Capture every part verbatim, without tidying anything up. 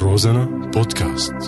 روزانا بودكاست.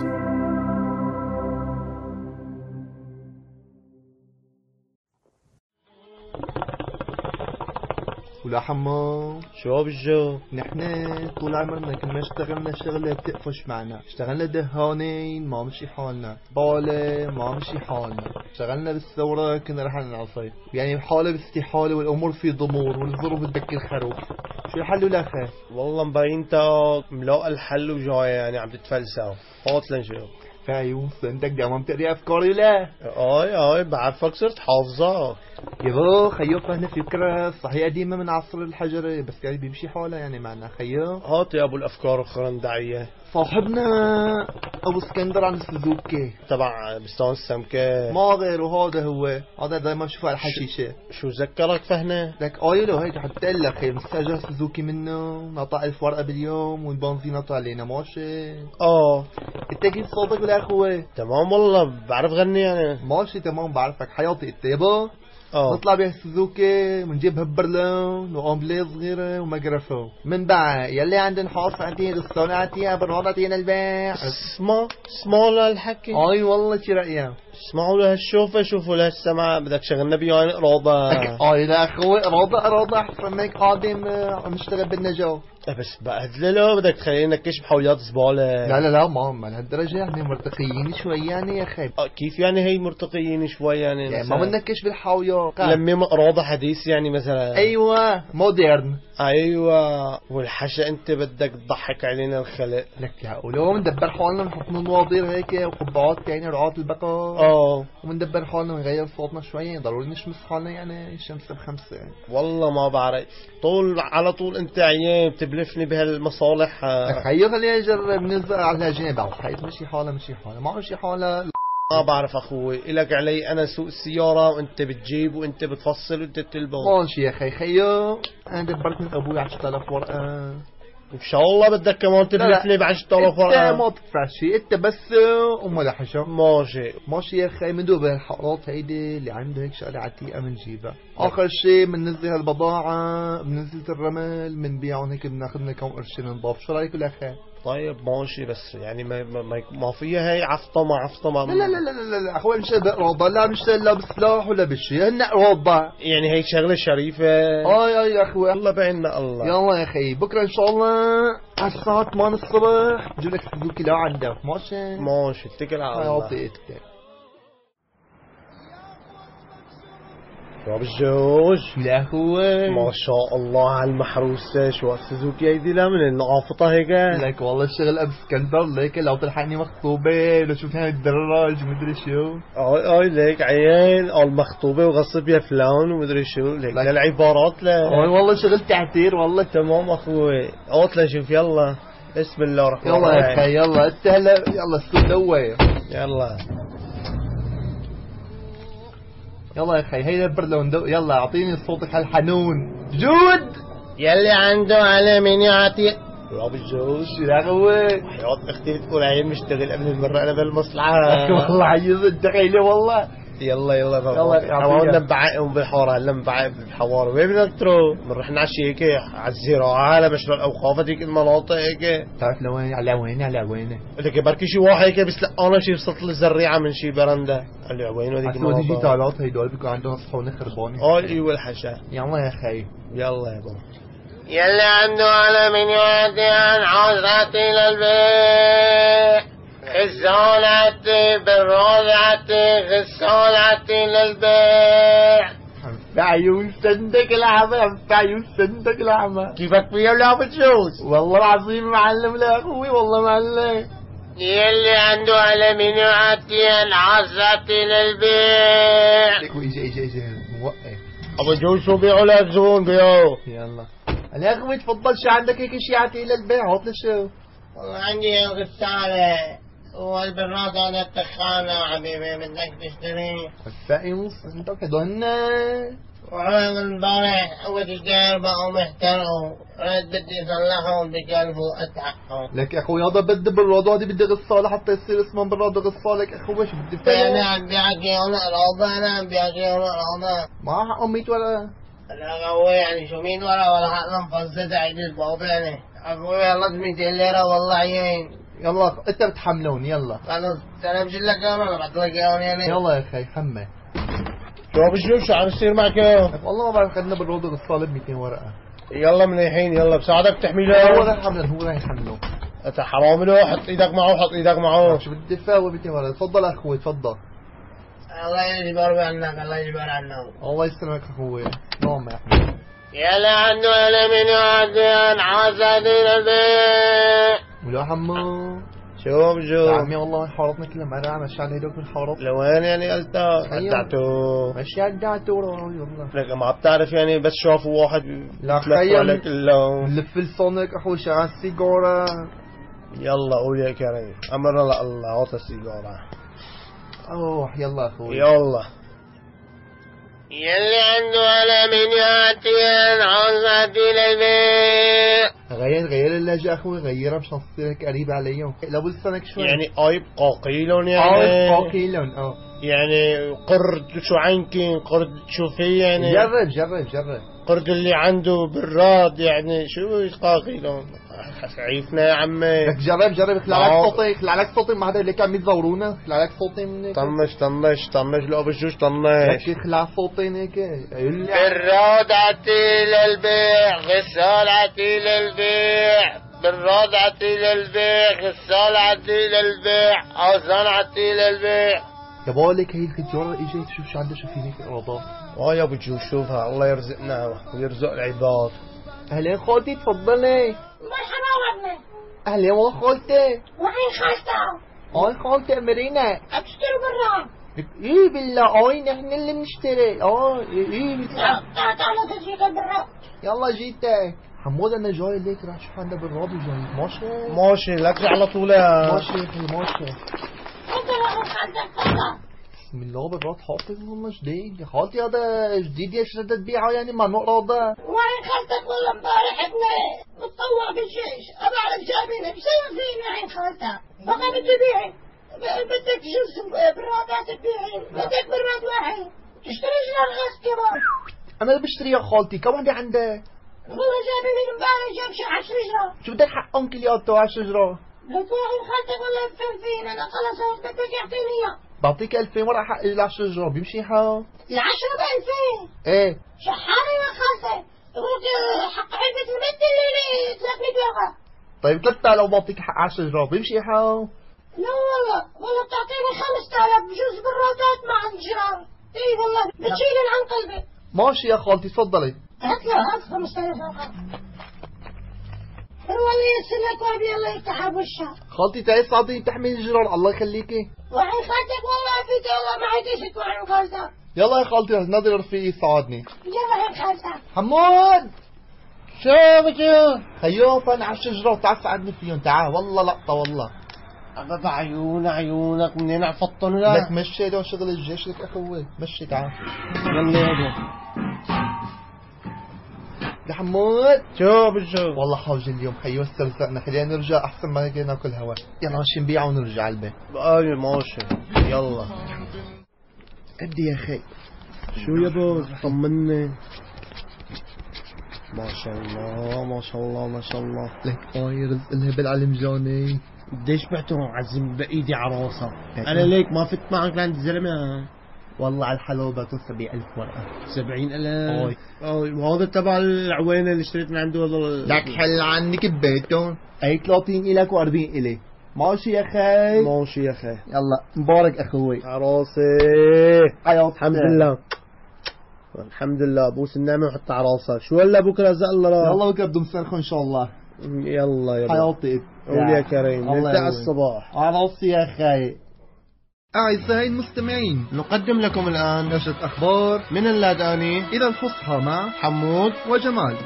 ولا حمام شو بالجو؟ نحن طول عمرنا كنا اشتغلنا شغلة بتقفش معنا، اشتغلنا دهانين ما مشي حالنا، بالة ما مشي حالنا، اشتغلنا بالثورة كنا رح نعصي، يعني حالة باستحالة والأمور في ضمور والظروف تبكي الخروف. شو الحل ولا خير؟ والله مبينتك ملاقى الحل وجاي يعني عم تتفلسف. فوت لنشوف. فايوس انتك دائما بتقري افكاري لا؟ اي اي بعرفك صرت حافظة. يبا خيو فهنا فكرة صحيح قديمة من عصر الحجر بس يعني بيمشي حالها يعني معنا خيو. هات يا ابو الافكار الخرندعية. صاحبنا ابو اسكندر عن السوزوكي تبع بستان السمكة. ما غيره، هذا هو، هذا دايما بشوفه على الحشيشة. شو ذكرك فهنا؟ لك قايله هيك حتى لك خير مستاجر سوزوكي منه نعطى ألف ورقة باليوم والبنزين نعطى علينا ماشي. اه انت كيف صوتك ولا اخوي؟ تمام والله بعرف غني يعني. ماشي تمام بعرفك حياتي انت يابا. اه نطلع بسوزوكي ونجيب هبرلون وامبلي صغيرة ومجرفة من بعد يلي عندنا حاصة عندي غسالة عندي براد عندي البيع. اسمع اسمعوا لهالحكي. اي والله شي رأيك؟ اسمعوا لهالشوفة شوفوا لهالسمع. بدك شغلنا بيان إرادة. اي لا اخوي إرادة إرادة احسن منك قادم عم نشتغل بالنجاة. بس بهدله بدك تخلينا نكش بحوليات زبالة. لا لا لا ما ما لهالدرجة يعني مرتقيين شوي يعني يا اخي. كيف يعني هي مرتقيين شوي يعني؟ يعني ما بدنا نكش بالحاويات. لمي إرادة حديث يعني مثلا. ايوه مودرن. ايوه والحشا انت بدك تضحك علينا الخلق. لك يا ولو ندبر حالنا نحط نواظير هيك وقبعات يعني رعاة البقر. اه وندبر حالنا ونغير صوتنا شوي ضروري نشمس حالنا يعني الشمس بخمسة يعني. والله ما بعرف طول على طول انت عيان بتبلفني بهالمصالح. خيو خلينا نجرب ننزل على جنب خايف مشي حالة مشي حالة ما مشي حالة. ما بعرف اخوي الك علي انا سوق السيارة وانت بتجيب وانت بتفصل وانت بتلبس. ماشي يا اخي خيو انا دبرت من ابوي عشرة آلاف ورقة. ان شاء الله بدك كمان تبلفني ب عشرة آلاف ورقة. انت ما تدفع شيء انت بس وما حشا. ماشي ماشي يا اخي من دوب الحقرات هيدي اللي عنده هيك شغله عتيقه بنجيبها. اخر شيء بننزل هالبضاعه بننزل الرمل بنبيعهم هيك بناخذ لنا كم قرشين نضاف. شو رايك ولا اخي؟ طيب ماشي بس يعني ما ما, ما فيها هي عفطه ما عفطه ما. لا لا لا لا لا لا اخوي مش بقراضه لا مش لا بسلاح ولا بشيء هن قراضه يعني هي شغله شريفه. اي اي يا اخوي الله بعنا الله. يلا يا اخي بكره ان شاء الله على الساعه ثمانية الصبح بجيب لك سوزوكي لعندك ماشي. ماشي اتكل على الله. حياتي شو بالجوج. لا اخوي ما شاء الله على المحروسه. شو السوزوكي هيدي لا من النقافطه هيك. لك والله الشغل ابو اسكندر ليك لو تلحقني مخطوبه لو شوفها الدراج مدري شو. اي اي ليك عيان قال مخطوبه وغصب يا فلان ومدري شو ليك للعبارات لا. اي والله شغل تعتير والله. تمام اخوي اوت لنشوف يلا بسم الله الرحمن الرحيم. يلا يا اخي يلا انت هلا يلا السوق دوي يلا يلا يا اخي هي البرلون دو يلا اعطيني صوتك هالحنون جود يلي عنده على من يعطي. راب الجوز يا اخوي حياة اختي بتقول عيل مشتغل قبل المرة انا بالمصلحة. والله عيز الدخيلة والله. يلا يلا يلا يلا نبعقهم بالحوار هلا نبعق بالحوار. وين بدك تروح؟ بنروح نعشي هيك على الزراعة على مشروع الاوقاف هذيك المناطق هيك. تعرف لوين على وين على وين؟ لك بركي شي واحد هيك بيسلقانا شي بسط لي زريعة من شي برندة. قال لي وين هذيك المناطق؟ ديجيتالات هيدول بيكون عندهم صحونة خربانة. اه ايوه الحشا. يلا يا اخي يلا يا بابا. يلي عنده على من يعدي عن عزرتي للبيع. غسالتي بالروضعتي غسالتي للبيع. بعيون سندك العمى بعيون سندك العمى. كيفك فيها ولا بتجوز؟ والله العظيم معلم لا اخوي والله معلم. يلي عنده على من يعدي عن عزرتي للبيع. لك اجى اجى اجى موقف. ابو جوز شو بيعوا للزبون بيعوا. يلا انا يا اخوي تفضل شو عندك هيك شيء عتي للبيع عطلي شو؟ والله عندي غسالة والبراد انا التخانة حبيبي بدك تشتري. الساقي ونص انت كدهن. وعلى البارح اول الدار بقوا محترقوا رد بدي يصلحهم بقلبه اتحقوا. لك يا اخوي هذا بدي بالراد وهذه بدي غسالة حتى يصير اسمه بالراد غسالة. لك اخوي شو بدي فيها؟ انا عم بيعطي انا اراضة انا عم بيعطي انا اراضة. ما حق ميت ولا لا هو يعني شو مين ورا ولا حق مفزدة عيد البابا يعني. اخوي والله ميتين ليرة والله عيين. يلا انت بتحملون يلا. خلاص انا بجيب لك اياهم ولا بعد لك اياهم يعني؟ يلا يا اخي حمل. شو بشوف شو عم يصير معك؟ والله ما بعرف خدنا بالروضة الصالب مئتين ورقة. يلا منيحين يلا بساعدك تحميله. هو راح يحملون هو راح يحملون. انت حرام له حط ايدك معه حط ايدك معه. شو بدي تساوي مئتين ورقة؟ تفضل اخوي تفضل. الله يجبر عنك الله يجبر عنك. الله يسلمك اخوي. نعم يا احمد. يلا عنده انا من عدن عزادين البيع. ولا حمو. شو بجو؟ يا عمي والله حارتنا كلها مرة مشي على هيدوك الحارات. لوين يعني قلت؟ قدعته. مشي قدعته والله. لك ما بتعرف يعني بس شافوا واحد لا خيم عليك كلهم. نلف الصونك اخوي شغال السيجارة. يلا قول يا كريم امر الله الله عطى السيجارة. اوه يلا اخوي. يلا. يلي عنده على من ياتين عزادي للبيع. غير غير اللهجة اخوي غيرها مشان تصير هيك قريبة عليهم. لو لسانك شوي. يعني ايب قاقيلون يعني. ايب قاقيلون اه. يعني قرد شو عينكين قرد شو في يعني. جرب جرب جرب. قرد اللي عنده براد يعني شو قاقيلون. عيفنا يا عمي. لك جرب جرب خلع لك صوتي خلع لك صوتي ما هذا اللي كان يزورونا خلع لك صوتي من هيك. طنش طنش طنش لو بجوش طنش. لك خلع صوتي هيك. براد عتي للبيع غسال عتي للبيع. براد عتي للبيع غسال عتي للبيع اوزان عتي للبيع. يا بالك هي الخجارة اجت شوف شو عندها شو في هيك اراضات. اه يا بجوش شوفها الله يرزقنا ويرزق العباد. اهلين خالتي تفضلي. مرحبا ودنا. اهلين والله خالتي. وين خالته؟ هاي خالتي امرينا. ابشتروا برا. ايه بالله اي نحن اللي بنشتري. اه ايه لا تعال تعال تجيك برا. يلا جيتك. حمود انا جاي ليك راح اشوف عندنا بالراديو جاي ماشي. ماشي لك على طول. ماشي ماشي. انت لو خالتك تفضل. بسم الله بالراد حافظ والله جديد يا خالتي هذا جديد يا شو بدها تبيعه يعني ما نقرا ده. وين خالتك والله امبارح ابني متطوع بالجيش ابى اعرف جايبينه بسوي فينا عين خالتك. بقى بدي بيعي بدك جزء برادات تبيعين بدك براد واحد تشتري جرار غاز كمان. انا بشتري يا خالتي كم وحده عندك؟ والله جايبين امبارح جاب شي عشر جرار. شو بدك حقهم كلياته عشر جرار؟ لك واحد خالتك والله بفهم فينا انا خلص بدك يعطيني اياه. بعطيك ألفين ورقة حق العشر جرار بيمشي حال؟ العشرة بألفين. ايه شحالة يا خالتي يقولك حق علبة المد اللي ثلاثمية ورقة. طيب ثلاثة آلاف بعطيك حق عشر جرار بيمشي حال؟ لا والله والله بتعطيني خمسة آلاف بجوز بالرادات مع الجرار. اي والله بتشيل عن قلبي. ماشي يا خالتي تفضلي. هات له هات خمسة آلاف ورقة. والله يسر لك وابي الله يفتح بوشها. خالتي تعي صعدي تحمل الجرار الله يخليكي. وعين خالتك والله في والله معي دشت وعين خالتك. يلا يا خالتي ناظر رفيقي يساعدني. يلا عين خالتك. حمود شو بجو؟ خيو فن عشر جرار تعال ساعدني فيهم تعال والله لقطة والله. أبا عيون عيونك منين عفطن لا؟ لك مشي لو شغل الجيش لك اخوي مشي تعال. يلا يلا. يا حمود شو بجو؟ والله حاج اليوم خيو استرزقنا خلينا نرجع احسن ما نجي ناكل هوا. يلا ماشي نبيع ونرجع البيت. اي ماشي يلا. ادي يا اخي. شو يا بوز طمني. ما شاء الله ما شاء الله ما شاء الله. لك اي رزق الهبل على المجاني. قديش بعتهم عزم بايدي عروسه. انا ليك ما فت معك لعند الزلمه. والله على الحلو باكل سبعين ألف ورقة. سبعين ألف. أوي. أوي وهذا تبع العوينة اللي اشتريت من عنده هذا. لك حل عنك ببيتهم. أي ثلاثين إلك وأربعين إلي. ماشي يا خي. ماشي يا خي. يلا مبارك أخوي. عروسي. حياة الحمد لله. الحمد لله بوس النعمة وحط على راسك. شو هلا بكرة رزق الله لا. يلا بكرة بدهم سنخوا إن شاء الله. يلا يلا. حياتي. قول يا كريم. نبدأ الصباح. عروسي يا خي. أعزائي المستمعين نقدم لكم الآن نشرة أخبار من اللاداني إلى الفصحى مع حمود وجمال.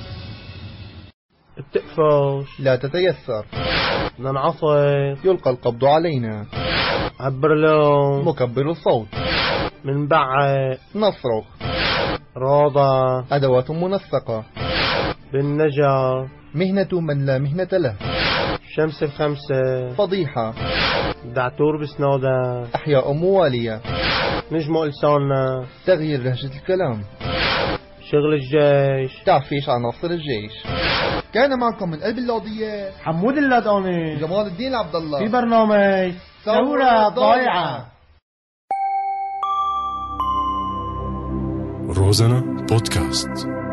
بتقفش لا تتيسر ننعصف يلقى القبض علينا عبر لهم مكبر الصوت من بعد نصرخ راضة أدوات منسقة بالنجا مهنة من لا مهنة له شمس الخمسة فضيحة دعتور بسنودة أحياء موالية نجمو لساننا تغيير لهجة الكلام شغل الجيش تعفيش عناصر الجيش كان معكم من قلب اللوضية حمود اللادقاني جمال الدين عبد الله في برنامج ثورة ضايعة. روزانا بودكاست.